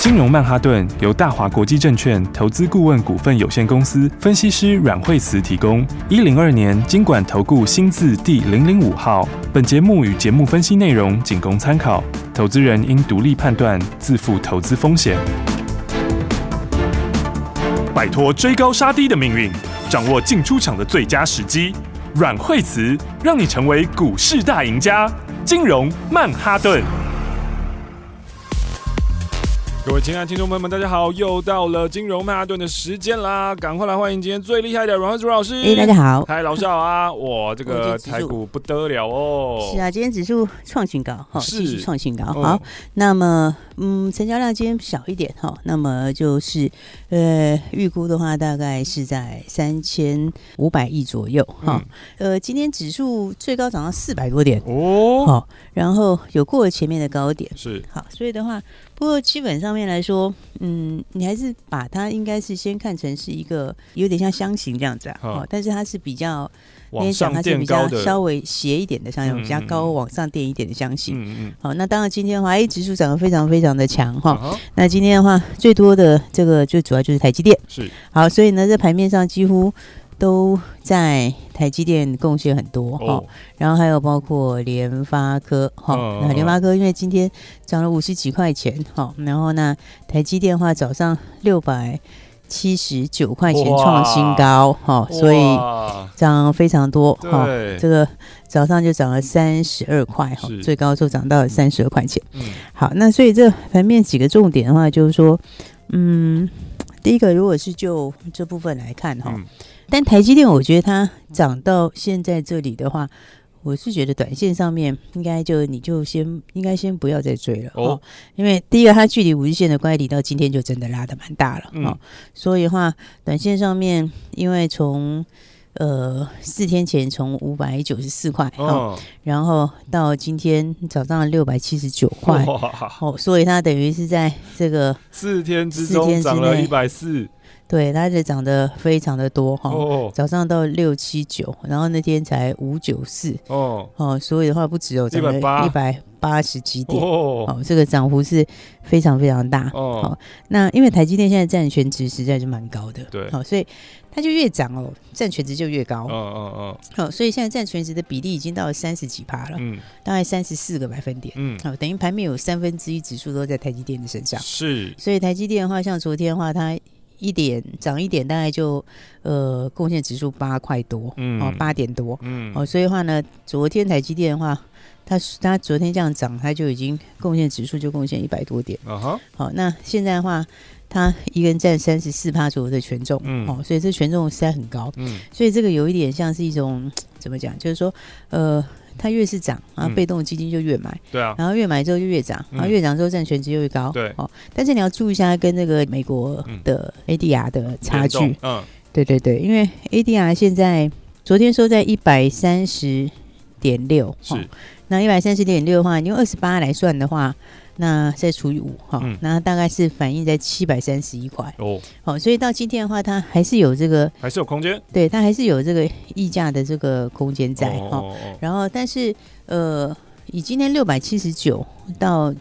金融曼哈顿由大华国际证券投资顾问股份有限公司分析师阮惠慈提供。102年金管投顾新字第005号。本节目与节目分析内容仅供参考，投资人应独立判断，自负投资风险。摆脱追高杀低的命运，掌握进出场的最佳时机。阮惠慈让你成为股市大赢家。金融曼哈顿。各位亲爱的听众朋友们，大家好，又到了金融曼哈顿的时间啦！赶快来欢迎今天最厉害的阮惠慈老师。 大家好， 嗨，老师好啊！哇，这个台股不得了哦。 是啊，今天指数创新高，继续创新高。好，那么成交量今天小一点哈，那么就是预估的话大概是在3500亿左右哈。今天指数最高涨到400多点哦，好，然后有过了前面的高点， 是好， 所以的话。不过基本上面来说，你还是把它应该是先看成是一个有点像箱型这样子啊，但是它是比较往上垫高的， 稍微斜一点的箱型，比较高往上垫一点的箱型。好，那当然今天的话，指数涨得非常非常的强哈。那今天的话，最多的这个最主要就是台积电。 是好，所以呢，在盘面上几乎都在台积电贡献很多哈，然后还有包括联发科哈，那联发科因为今天涨了50几块钱哈，然后呢台积电的话早上679块钱创新高哈，所以涨非常多哈，这个早上就涨了32块哈，最高就涨到了32块钱。好，那所以这盘面几个重点的话，就是说，第一个如果是就这部分来看哈。但台积电，我觉得它涨到现在这里的话，我是觉得短线上面应该应该先不要再追了哦，因为第一个它距离50日线的乖离到今天就真的拉得蛮大了哦，所以的话，短线上面因为从4天前从594块然后到今天早上679块哦，所以它等于是在这个 4天之中涨了140。 对，它就涨得非常的多哈，早上到679，然后那天才594所以的话不只有涨了180几点这个涨幅是非常非常大那因为台积电现在占权值实在是蛮高的， 对， 所以它就越涨占权值就越高所以现在占权值的比例已经到了30几%了，大概34个百分点，等于盘面有1/3指数都在台积电的身上， 是， 所以台积电的话，像昨天的话，它涨一点，大概就贡献指数8块多，8点多，所以的话呢，昨天台积电的话，它昨天这样涨，它就已经贡献指数就贡献100多点，好，那现在的话，它一个人占34%左右的权重，所以这权重实在很高，所以这个有一点像是一种怎么讲，就是说它越是涨，然后被动基金就越买， 对啊， 然后越买之后就越涨，然后越涨之后占权值又越高， 对， 但是你要注意一下跟那个美国的 ADR 的差距，对对对，因为 ADR 现在昨天收在130.6， 是， 那130.6的话，你用28来算的话。那再除以5那大概是反映在731块所以到今天的话，它还是有这个， 还是有空间， 对，它还是有这个溢价的这个空间在然后但是以今天679到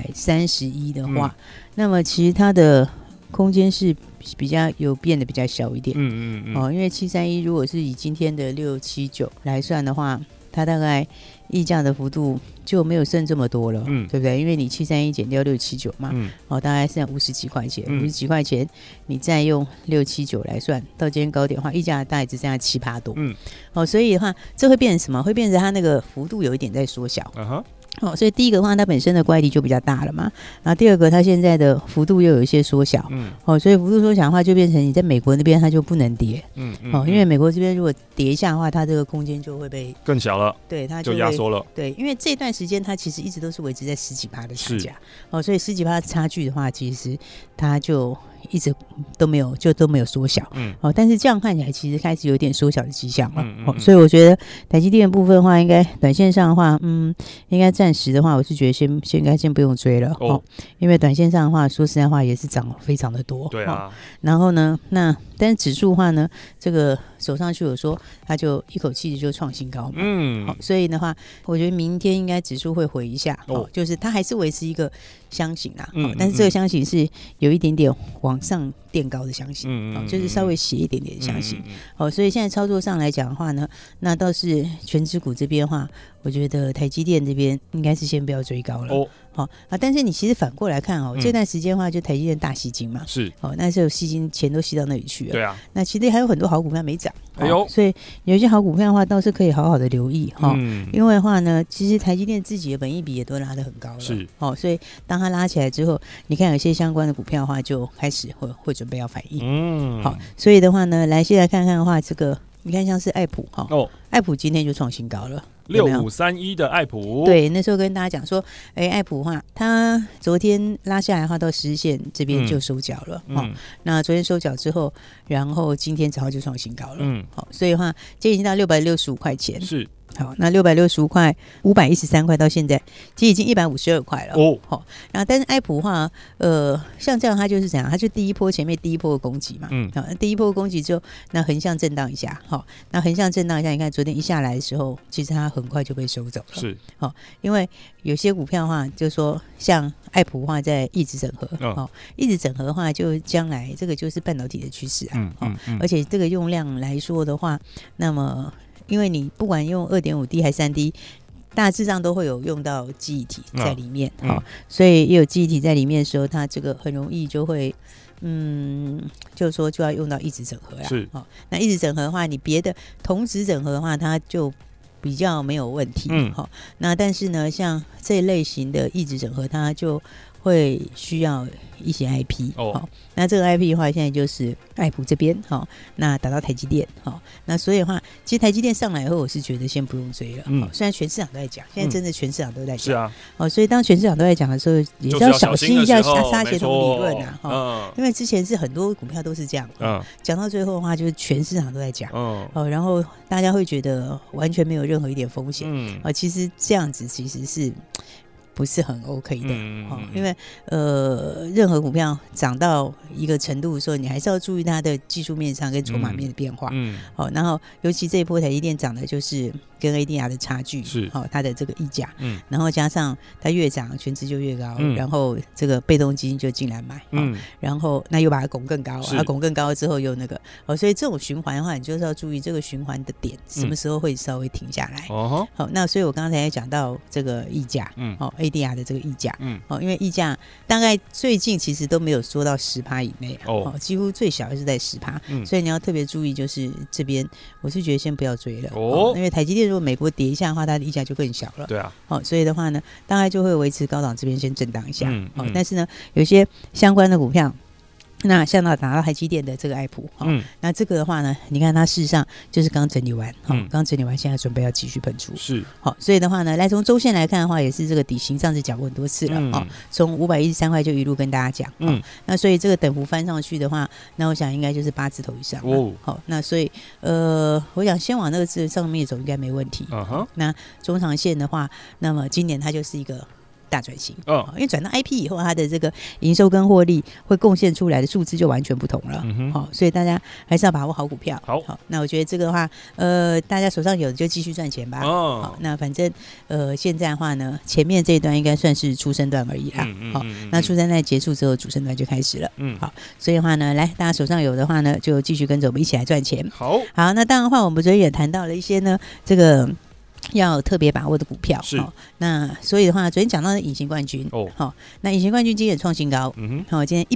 731的话，那么其实它的空间是比较变得比较小一点，因为731如果是以今天的679来算的话，它大概溢价的幅度就没有剩这么多了，对不对？因为你731减掉679嘛，大概剩50几块钱，50几块钱，你再用679来算，到今天高点的话，溢价大概只剩下7%多，所以的话，这会变成什么？会变成它那个幅度有一点在缩小。所以第一个的话，它本身的乖离就比较大了嘛。然后第二个，它现在的幅度又有一些缩小，所以幅度缩小的话，就变成你在美国那边它就不能跌，因为美国这边如果跌一下的话，它这个空间就会被更小了， 对，它就压缩了， 对，因为这段时间它其实一直都是维持在10几%的差价，所以10几%的差距的话，其实它就一直都没有缩小，但是这样看起来其实开始有点缩小的迹象了，所以我觉得台积电的部分的话，应该短线上的话，应该暂时的话，我是觉得应该先不用追了，因为短线上的话，说实在话也是涨了非常的多， 对啊， 然后呢，但是指数的话呢，这个走上去，我说它就一口气就创新高嘛。好，所以的话，我觉得明天应该指数会回一下，就是它还是维持一个箱型啦，但是这个箱型是有一点点往上垫高的箱型，就是稍微斜一点点的箱型。所以现在操作上来讲的话呢，那倒是全指股这边的话，我觉得台积电这边应该是先不要追高了。但是你其实反过来看这段时间的话，就台积电大吸金嘛， 是那时候吸金钱都吸到那里去了。 对啊，那其实还有很多好股票没涨，所以有一些好股票的话，倒是可以好好的留意因为的话呢，其实台积电自己的本益比也都拉得很高了， 是所以当它拉起来之后，你看有些相关的股票的话，就开始会准备要反应。所以的话呢，来先来看看的话，这个你看像是爱普爱普今天就创新高了。 6531的爱普， 对，那时候跟大家讲说，爱普的话，它昨天拉下来的话，到10日线这边就收脚了。那昨天收脚之后，然后今天早上就创新高了。所以的话，今天已经到665块钱。 是。 好，那665块，513块到现在，其实已经152块了。然后但是爱普的话，像这样它就是怎样，它就第一波前面第一波的攻击嘛。第一波攻击之后，那横向震荡一下，那横向震荡一下，你看昨天一下来的时候，其实它很快就被收走了。 是， 因为有些股票的话，就是说像爱普的话在一直整合，一直整合的话，就将来这个就是半导体的趋势啊。而且这个用量来说的话，那么因为你不管用 2.5D 还 3D， 大致上都会有用到记忆体在里面，所以也有记忆体在里面的时候，它这个很容易就会就是说就要用到一直整合啦。 是， 那一直整合的话，你别的同时整合的话，它就比较没有问题。那但是呢，像这一类型的一直整合，它就会需要一些 IP。那这个 IP 的话，现在就是爱普这边那打到台积电那所以的话，其实台积电上来以后，我是觉得先不用追了。虽然全市场都在讲，现在真的全市场都在讲。 是啊。 所以当全市场都在讲的时候，也是要小心一下杀协同理论啊。因为之前是很多股票都是这样。讲到最后的话，就是全市场都在讲。然后大家会觉得完全没有任何一点风险。其实这样子其实是不是很 OK 的。因为任何股票涨到一个程度的时候，你还是要注意它的技术面上跟筹码面的变化。然后尤其这一波台积电涨的就是跟 ADR 的差距，是它的这个溢价，然后加上它越涨权值就越高，然后这个被动基金就进来买，然后那又把它拱更高，拱更高之后又那个，所以这种循环的话，你就是要注意这个循环的点什么时候会稍微停下来。好，那所以我刚才也讲到这个溢价，ADR 的这个溢价，因为溢价大概最近其实都没有缩到10%以内，几乎最小是在10%，所以你要特别注意，就是这边我是觉得先不要追了，因为台积电如果美国跌一下的话，它的溢价就更小了。 对啊， 所以的话呢，大概就会维持高档这边先震荡一下。但是呢，有些相关的股票。那像拿到台积电的这个爱普，那这个的话呢，你看它事实上就是刚整理完，刚整理完，现在准备要继续喷出， 是所以的话呢，来从周线来看的话，也是这个底型，上次讲过很多次了，从513块就一路跟大家讲，那所以这个等幅翻上去的话，那我想应该就是8字头以上了，那所以我想先往那个字上面走应该没问题，那中长线的话，那么今年它就是一个大转型，因为转到 IP 以后，它的这个营收跟获利会贡献出来的数字就完全不同了。所以大家还是要把握好股票。好，那我觉得这个的话，大家手上有的就继续赚钱吧。好，那反正现在的话呢，前面这一段应该算是初升段而已啦。好，那初升段结束之后，主升段就开始了。好，所以的话呢，来大家手上有的话呢，就继续跟着我们一起来赚钱。 好， 那当然的话，我们昨天也谈到了一些呢，这个。要特别把握的股票是， 那所以的话，昨天讲到的隐形冠军那隐形冠军今天也创新高，今天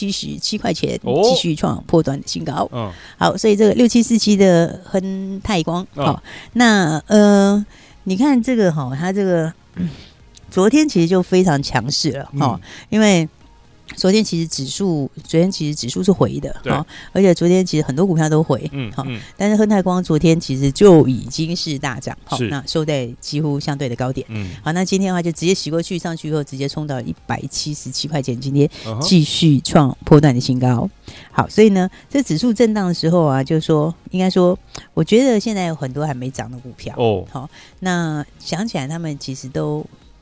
177块钱继续创波段的新高，好，所以这个6747的亨泰光，那你看这个它这个昨天其实就非常强势了因为。昨天其实指数是回的，而且昨天其实很多股票都回，但是亨泰光昨天其实就已经是大涨，那收在几乎相对的高点，好，那今天的话就直接洗过去，上去以后直接冲到177块钱，今天继续创波段的新高。好，所以呢，这指数震荡的时候啊，就是说，应该说，我觉得现在有很多还没涨的股票，好，那想起来他们其实都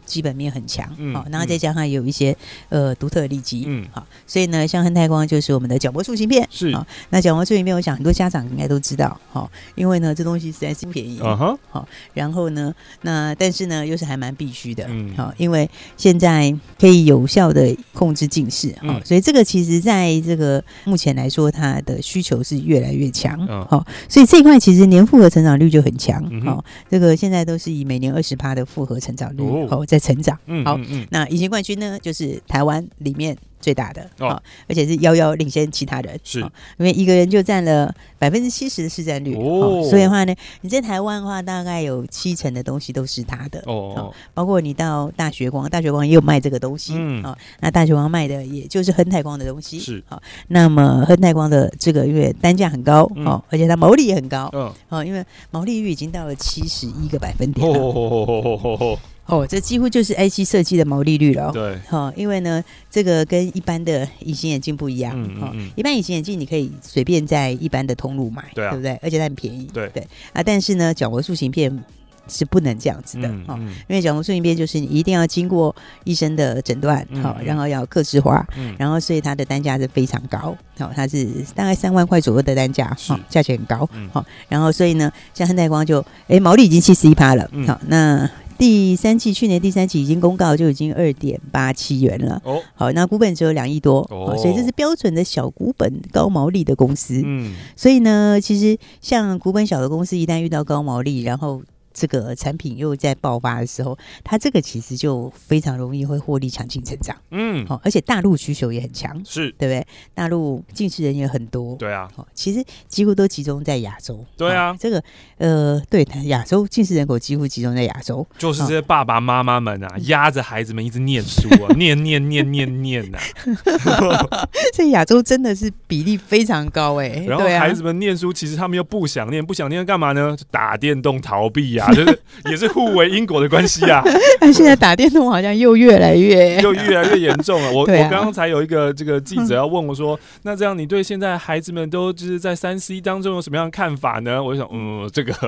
基本面很强，好，然后再加上有一些独特的利基，好，所以呢，像亨泰光就是我们的角膜塑形片， 是， 好，那角膜塑形片，我想很多家长应该都知道，好，因为呢这东西实在是不便宜，好，然后呢，那但是呢又是还蛮必须的，好，因为现在可以有效的控制近视，好，所以这个其实在这个目前来说，它的需求是越来越强，好，所以这一块其实年复合成长率就很强，好，这个现在都是以每年20%的复合成长率，好，在成长，好，那隐形冠军呢，就是台湾里面最大的，而且是遥遥领先其他人， 是， 因为一个人就占了70%的市占率，所以的话呢，你在台湾的话，大概有70%的东西都是他的，包括你到大学光也有卖这个东西，那大学光卖的也就是亨泰光的东西， 是， 那么亨泰光的这个因为单价很高，而且它毛利也很高，因为毛利率已经到了71个百分点了，这几乎就是 IC 设计的毛利率了， 对， 因为呢，这个跟一般的隐形眼镜不一样，一般隐形眼镜你可以随便在一般的通路买，对不对？而且它很便宜，对啊，但是呢，角膜塑形片是不能这样子的，因为角膜塑形片就是你一定要经过医生的诊断，然后要客制化，然后所以它的单价是非常高，它是大概3万块左右的单价，价钱很高，然后所以呢，像亨泰光就毛利已经71%了，那去年第三季已经公告就已经2.87元了，好，那股本只有2亿多，所以这是标准的小股本高毛利的公司，所以呢，其实像股本小的公司一旦遇到高毛利，然后这个产品又在爆发的时候，它这个其实就非常容易会获利强劲成长，而且大陆需求也很强， 是， 对不对？大陆近视人也很多， 对啊， 其实几乎都集中在亚洲， 对啊， 这个对，亚洲近视人口几乎集中在亚洲， 就是这些爸爸妈妈们啊，压着孩子们一直念书啊，念啊， 所以亚洲真的是比例非常高然后孩子们念书，其实他们又不想念干嘛呢？打电动逃避啊。就是也是互为因果的关系啊。 但现在打电动好像又越来越严重了。我刚刚才有一个这个记者要问我说，那这样你对现在孩子们都就是在3C 当中有什么样的看法呢？我就想，这个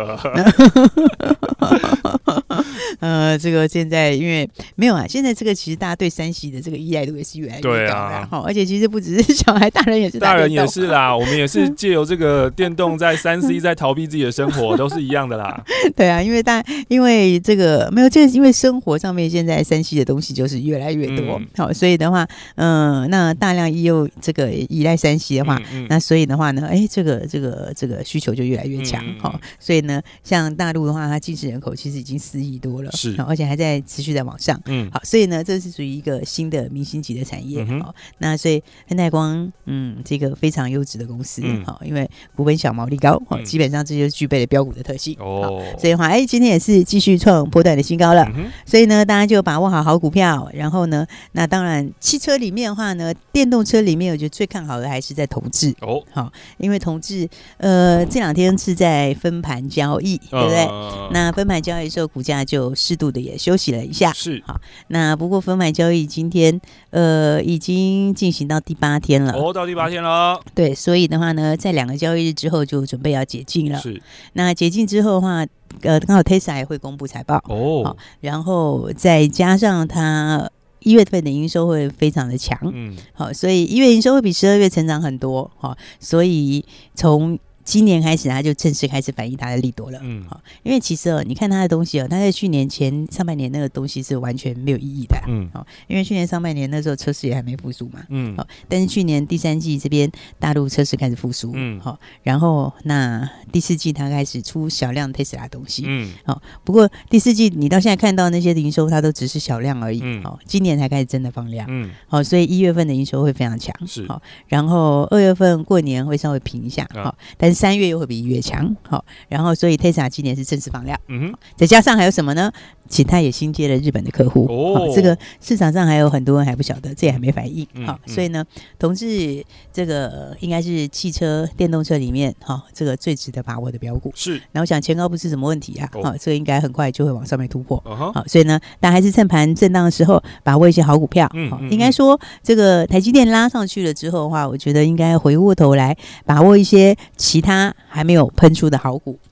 这个现在因为没有啊，现在这个其实大家对3C的这个依赖度也是越来越高的，而且其实不只是小孩，大人也是，大人也是啦，我们也是借由这个电动在3C 在逃避自己的生活，都是一样的啦。 对啊，因为这个没有这个，因为生活上面现在3C 的东西就是越来越多，好，所以的话，那大量这个依赖3C 的话，那所以的话呢，这个需求就越来越强，好，所以呢，像大陆的话，它近视人口其实已经4亿多了，是，而且还在持续在往上，好，所以呢，这是属于一个新的明星级的产业，好，那所以亨泰光，这个非常优质的公司，好，因为股本小毛利高，基本上这就是具备了标股的特性，所以的话，今天也是继续创波段的新高了，所以呢，大家就把握好股票，然后呢，那当然汽车里面的话呢，电动车里面我觉得最看好的还是在同致，好，因为同致这2天是在分盘交易，对不对？那分盘交易的时候，股价就适度的也休息了一下， 是， 好，那不过分盘交易今天已经进行到第8天了， 到第8天了， 对，所以的话呢，在2个交易日之后就准备要解禁了，是，那解禁之后的话，刚好 Tesla 也会公布财报，好，然后再加上它1月份的营收会非常的强，好，所以1月营收会比12月成长很多，好，所以从今年开始，它就正式开始反映它的利多了。因为其实你看它的东西它在去年上半年那个东西是完全没有意义的。因为去年上半年那时候车市也还没复苏嘛。但是去年第3季这边大陆车市开始复苏。然后那第4季它开始出小量 Tesla 的东西。不过第4季你到现在看到那些营收，它都只是小量而已。今年才开始真的放量。所以1月份的营收会非常强。然后2月份过年会稍微平一下。但是3月又会比1月强，好，然后所以 Tesla 今年是正式放量，再加上还有什么呢？其他也新接了日本的客户，这个市场上还有很多人还不晓得，这也还没反应，所以呢，同志这个应该是汽车、电动车里面这个最值得把握的标股，是。然后想前高不是什么问题啊，这个应该很快就会往上面突破，好，所以呢，大家还是趁盘震荡的时候把握一些好股票，应该说这个台积电拉上去了之后的话，我觉得应该回过头来把握一些其他还没有喷出的好股。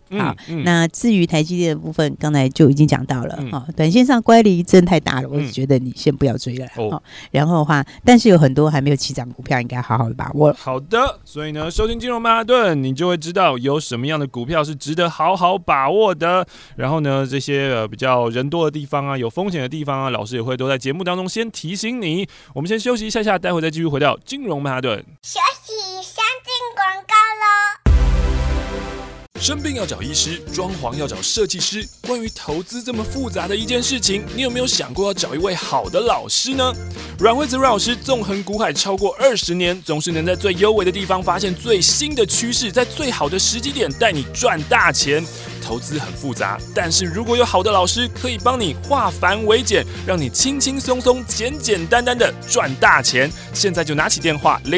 好，那至于台积电的部分，刚才就已经讲到了。短线上乖离真太大了，我是觉得你先不要追了。然后的话，但是有很多还没有起涨股票，应该好好的把握了。 好的，所以呢，收听金融曼哈顿，你就会知道有什么样的股票是值得好好把握的。然后呢，这些比较人多的地方啊，有风险的地方啊，老师也会都在节目当中先提醒你。我们先休息一下，待会再继续回到金融曼哈顿。 休息，先进广告咯。 生病要找医师，装潢要找设计师。关于投资这么复杂的一件事情，你有没有想过要找一位好的老师呢？阮惠慈阮老师纵横股海超过20年，总是能在最优微的地方发现最新的趋势，在最好的时机点带你赚大钱。投资很复杂，但是如果有好的老师，可以帮你化繁为简，让你轻轻松松、简简单单的赚大钱。现在就拿起电话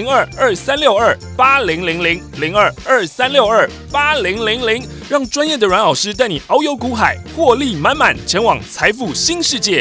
02-2362-8000，02-2362-8000，让专业的阮老师带你遨游股海，获利满满，前往财富新世界。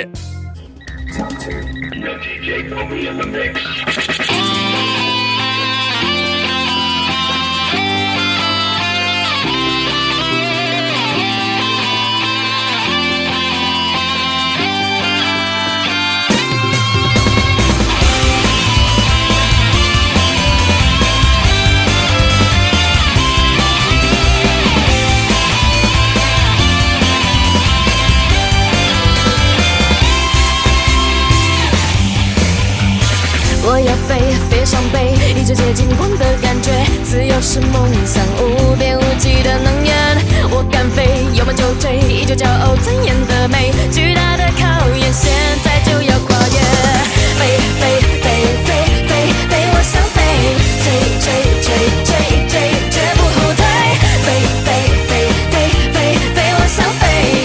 我要飞上北，一直接近光的感觉，自由是梦想，无边无际的能源。我敢飞，有梦就追，依旧骄傲尊严的美，巨大的考验，现在就要跨越。飞飞飞飞飞飞，我想飞，追追追追追，绝不后退。飞飞飞飞飞飞，我想飞。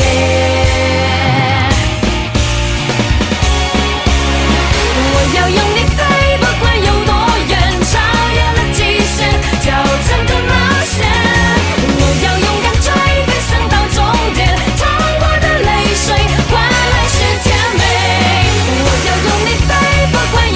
我要用力飞。不管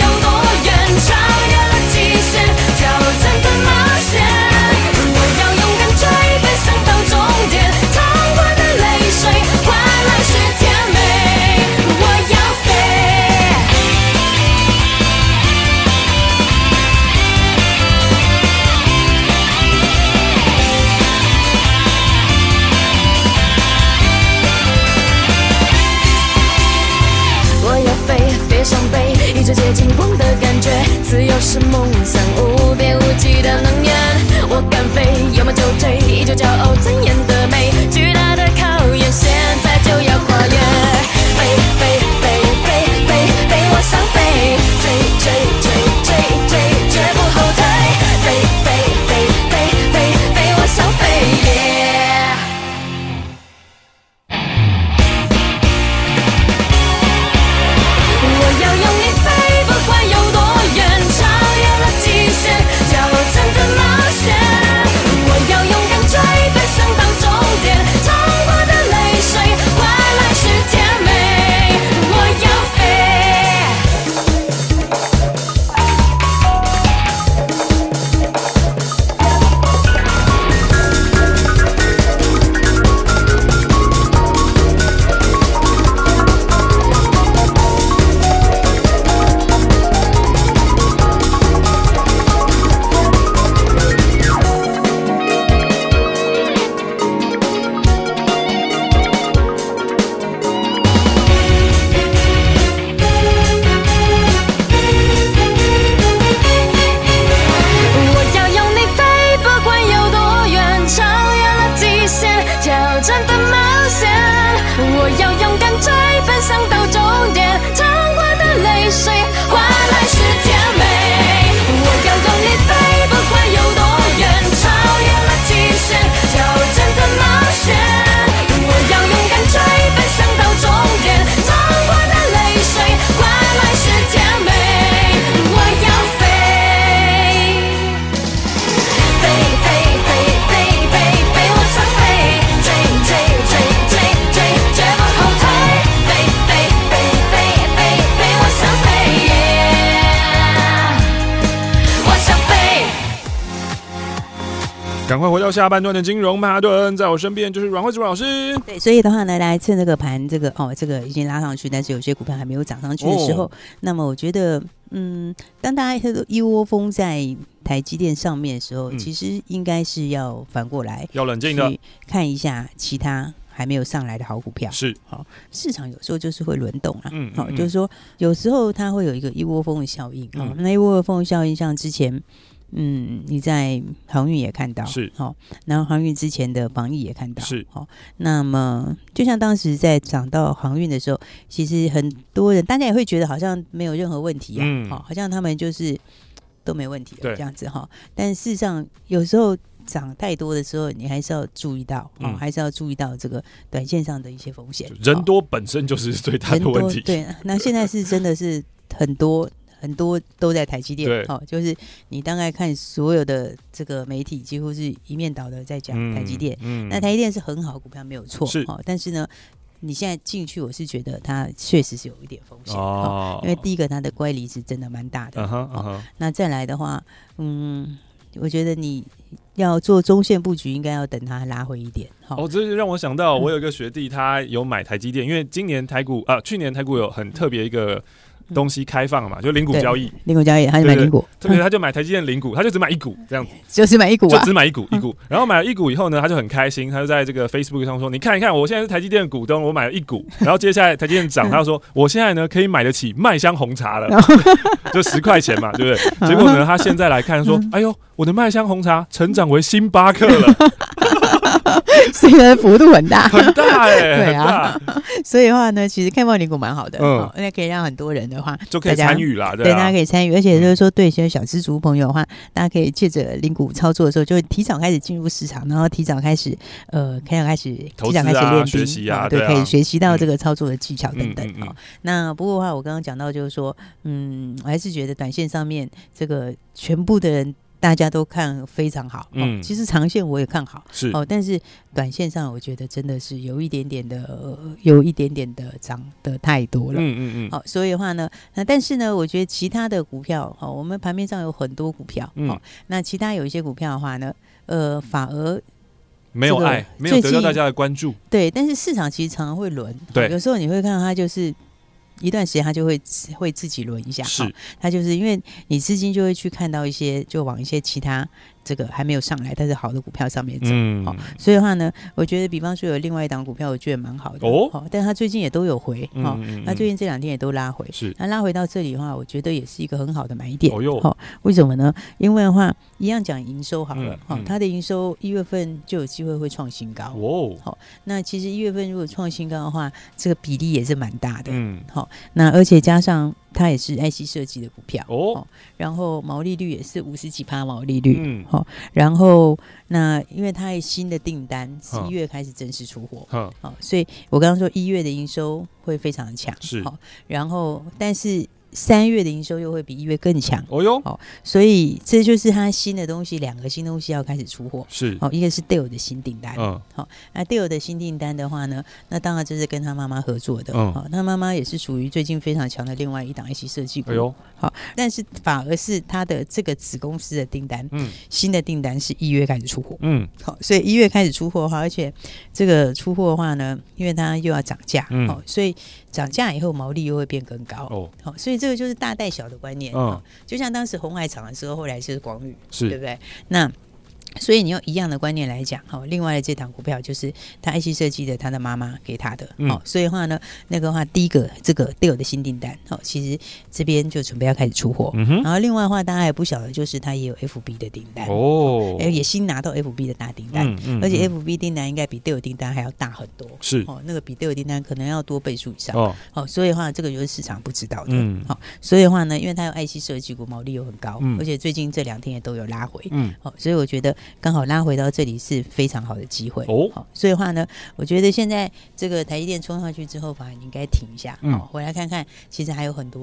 赶快回到下半段的金融曼哈顿，在我身边就是阮慧珠老师。 对，所以的话呢，来趁这个盘，这个已经拉上去，但是有些股票还没有涨上去的时候，那么我觉得，当大家都一窝蜂在台积电上面的时候，其实应该是要反过来， 要冷静的看一下其他还没有上来的好股票。 是， 市场有时候就是会轮动啊，就是说有时候它会有一个一窝蜂的效应，那一窝蜂的效应像之前。你在航运也看到是然后航运之前的防疫也看到是那么就像当时在涨到航运的时候，其实很多人大家也会觉得好像没有任何问题啊，好像他们就是都没问题了这样子但事实上有时候涨太多的时候，你还是要注意到还是要注意到这个短线上的一些风险。 人多本身就是最大的问题。 对，那现在是真的是很多都在台积电，就是你大概看所有的这个媒体，几乎是一面倒的在讲台积电。那台积电是很好的股票，没有错，但是呢，你现在进去，我是觉得它确实是有一点风险因为第一个它的乖离是真的蛮大的。那再来的话，我觉得你要做中线布局，应该要等它拉回一点。 这就让我想到，我有一个学弟，他有买台积电，因为今年台股去年台股有很特别一个东西开放了嘛，就零股交易， 他就买零股， 特别他就买台积电零股，他就只买一股这样子， 就只买一股， 就只买一股，然后买了一股以后呢，他就很开心，他就在这个 Facebook 上说：“你看一看，我现在是台积电的股东，我买了一股。”然后接下来台积电涨，他就说：“我现在呢可以买得起麦香红茶了，就10块钱嘛，对不对？”结果呢，他现在来看说：“哎呦，我的麦香红茶成长为星巴克了。” 所以呢，幅度很大， 很大对啊。所以的话呢，其实开放零股蛮好的，那可以让很多人的话就可以参与啦， 对，大家可以参与，而且就是说，对一些小资族朋友的话，大家可以借着零股操作的时候，就会提早开始进入市场，然后提早开始投资练兵， 学习啊， 对，可以学习到这个操作的技巧等等。那不过的话，我刚刚讲到就是说，我还是觉得短线上面这个全部的人。大家都看非常好，其实长线我也看好， 是但是短线上我觉得真的是有一点点的涨得太多了，所以的话呢，但是呢，我觉得其他的股票，我们盘面上有很多股票，那其他有一些股票的话呢，反而没有爱，没有得到大家的关注， 对，但是市场其实常常会轮，对，有时候你会看到它就是一段时间它就会自己轮一下，是它就是因为你资金就会去看到一些，就往一些其他这个还没有上来但是好的股票上面走，所以的话呢，我觉得比方说有另外一档股票我觉得蛮好的但它最近也都有回，它最近这2天也都拉回，是那拉回到这里的话，我觉得也是一个很好的买点，为什么呢？因为的话一样讲营收好了，它的营收1月份就有机会会创新高，那其实1月份如果创新高的话，这个比例也是蛮大的，那而且加上它也是 IC 设计的股票然后毛利率也是50几%毛利率，然后那因为它新的订单11月开始正式出货，所以我刚刚说1月的营收会非常强，是然后但是3月的营收又会比1月更强，所以这就是它新的东西，2个新东西要开始出货，是一个是 Dell 的新订单，那 Dell 的新订单的话呢，那当然这是跟他妈妈合作的，他妈妈也是属于最近非常强的另外一档 IC 设计股，但是反而是他的这个子公司的订单，新的订单是1月开始出货，所以1月开始出货的话，而且这个出货的话呢，因为它又要涨价，所以涨价以后毛利又会变更高，所以这个就是大带小的观念，就像当时鸿海厂的时候，后来就是广宇，对不对？那所以你用一样的观念来讲，另外的这档股票就是他 IC 设计的他的妈妈给他的，所以的话呢，那个话第一个这个 Dell 的新订单，其实这边就准备要开始出货，然后另外的话大家还不晓得，就是他也有 FB 的订单，也新拿到 FB 的大订单，而且 FB 订单应该比 Dell 订单还要大很多，是那个比 Dell 订单可能要多倍数以上，所以的话这个就是市场不知道的，所以的话呢，因为它有 IC 设计股，毛利又很高，而且最近这2天也都有拉回，所以我觉得刚好拉回到这里是非常好的机会，所以的话呢，我觉得现在这个台积电冲上去之后，反而应该停一下，回来看看，其实还有很多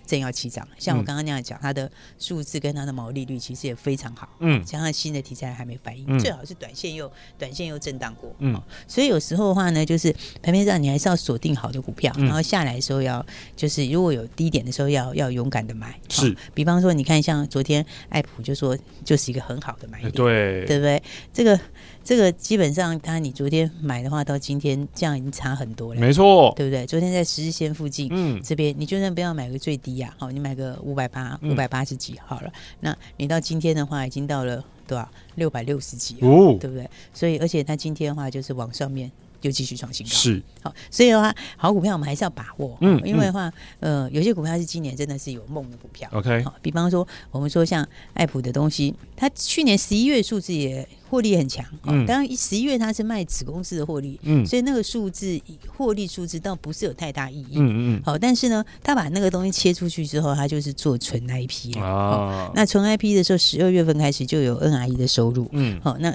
正要起涨。像我刚刚那样讲，它的数字跟它的毛利率其实也非常好，加上新的题材还没反应，最好是短线又震荡过，所以有时候的话呢，就是盘面上你还是要锁定好的股票，然后下来的时候就是如果有低点的时候要勇敢的买， 是， 比方说你看像昨天爱普就说就是一个很好的买点， 对不对？这个基本上你昨天买的话，到今天这样已经差很多了， 没错， 对不对？昨天在10日线附近，这边你就算不要买个最低啊，好，你买个580几好了，那你到今天的话已经到了多少660几了，对不对？所以而且它今天的话就是往上面又继续创新高， 是好，所以的话，好股票我们还是要把握，因为的话，有些股票是今年真的是有梦的股票 ，OK， 好，比方说我们说像爱普的东西，它去年11月数字也获利很强，当然11月它是卖子公司的获利，所以那个数字获利数字倒不是有太大意义，好，但是呢，他把那个东西切出去之后，他就是做纯 IP 了，那纯 IP 的时候，12月份开始就有 NRE 的收入，好，那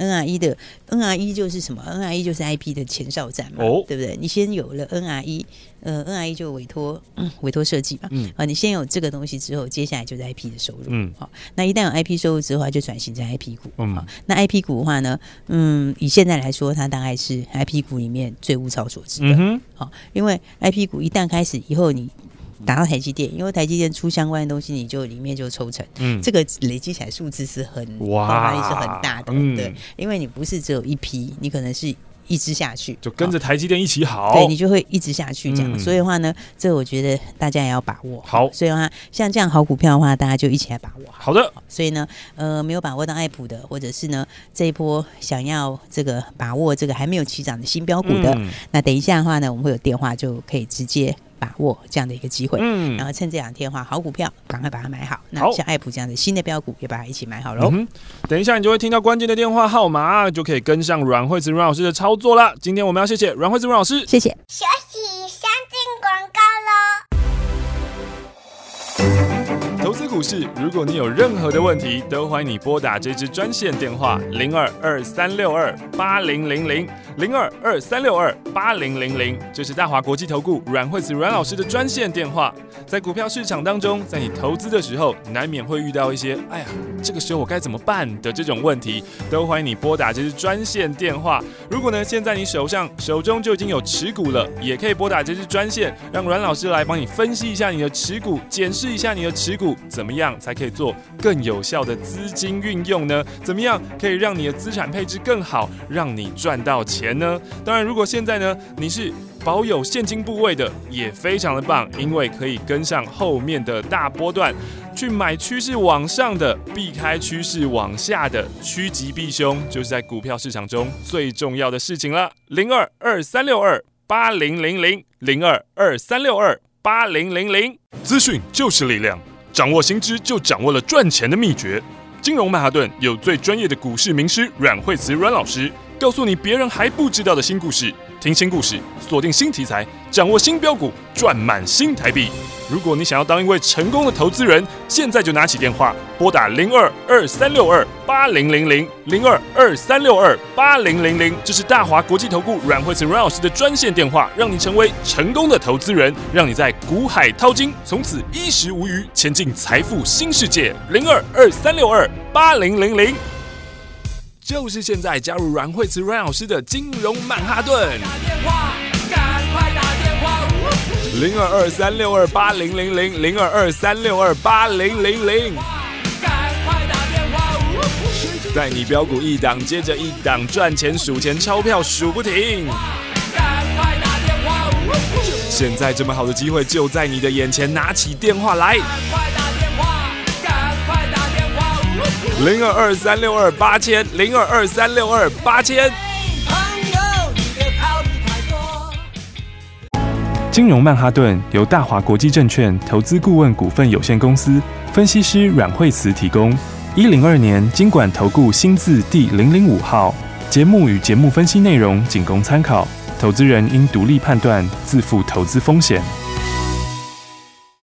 NRE 就是什么 ？NRE 就是 IP 的前哨站嘛，对不对？你先有了 NRE 就委托设计嘛，你先有这个东西之后，接下来就是 IP 的收入，好，那一旦有 IP 收入之后，它就转型成 IP 股，那 IP 股的话呢，以现在来说，它大概是 IP 股里面最物超所值的，好，因为 IP 股一旦开始以后，你打到台积电，因为台积电出相关的东西，你就里面就抽成，这个累积起来数字是很压力是很大的，对，因为你不是只有一批，你可能是一直下去， 就跟着台积电一起好， 对，你就会一直下去这样，所以的话呢，这我觉得大家也要把握好，所以的话，像这样好股票的话，大家就一起来把握好的。 所以呢，没有把握到爱普的，或者是呢这一波想要这个把握这个还没有起涨的新标股的，那等一下的话呢，我们会有电话就可以直接把握这样的一个机会，然后趁这2天的话，好股票赶快把它买好。那像爱普这样的新的标股，也把它一起买好喽。 等一下你就会听到关键的电话号码，就可以跟上阮惠慈阮老师的操作啦。今天我们要谢谢阮惠慈阮老师， 谢谢。 休息，相进广告喽。 投资股市，如果你有任何的问题，都欢迎你拨打这支专线电话0223628000，0223628000，这是大华国际投顾阮惠慈阮老师的专线电话。在股票市场当中，在你投资的时候，难免会遇到一些这个时候我该怎么办的这种问题，都欢迎你拨打这支专线电话。如果呢，现在你手中就已经有持股了，也可以拨打这支专线，让阮老师来帮你分析一下你的持股，检视一下你的持股，怎么样才可以做更有效的资金运用呢？怎么样可以让你的资产配置更好，让你赚到钱呢？当然，如果现在呢你是保有现金部位的，也非常的棒，因为可以跟上后面的大波段，去买趋势往上的，避开趋势往下的，趋吉避凶，就是在股票市场中最重要的事情了。0223628000，0223628000，资讯就是力量，掌握新知就掌握了赚钱的秘诀。金融曼哈顿有最专业的股市名师阮惠慈阮老师，告诉你别人还不知道的新故事，听新故事，锁定新题材，掌握新标股，赚满新台币。如果你想要当一位成功的投资人，现在就拿起电话拨打0223628000，0223628000，这是大华国际投顾阮惠慈阮老师的专线电话，让你成为成功的投资人，让你在股海淘金，从此衣食无虞，前进财富新世界。0223628000，就是现在加入阮惠慈阮老师的金融曼哈顿。0223628000，0223628000，带你标股一档接着一档，赚钱数钱，钞票数不停。现在这么好的机会就在你的眼前，拿起电话来。0223628000，0223628000。 金融曼哈顿由大华国际证券投资顾问股份有限公司分析师阮惠慈提供。102年金管投顾新字第005号。节目与节目分析内容仅供参考，投资人应独立判断，自负投资风险。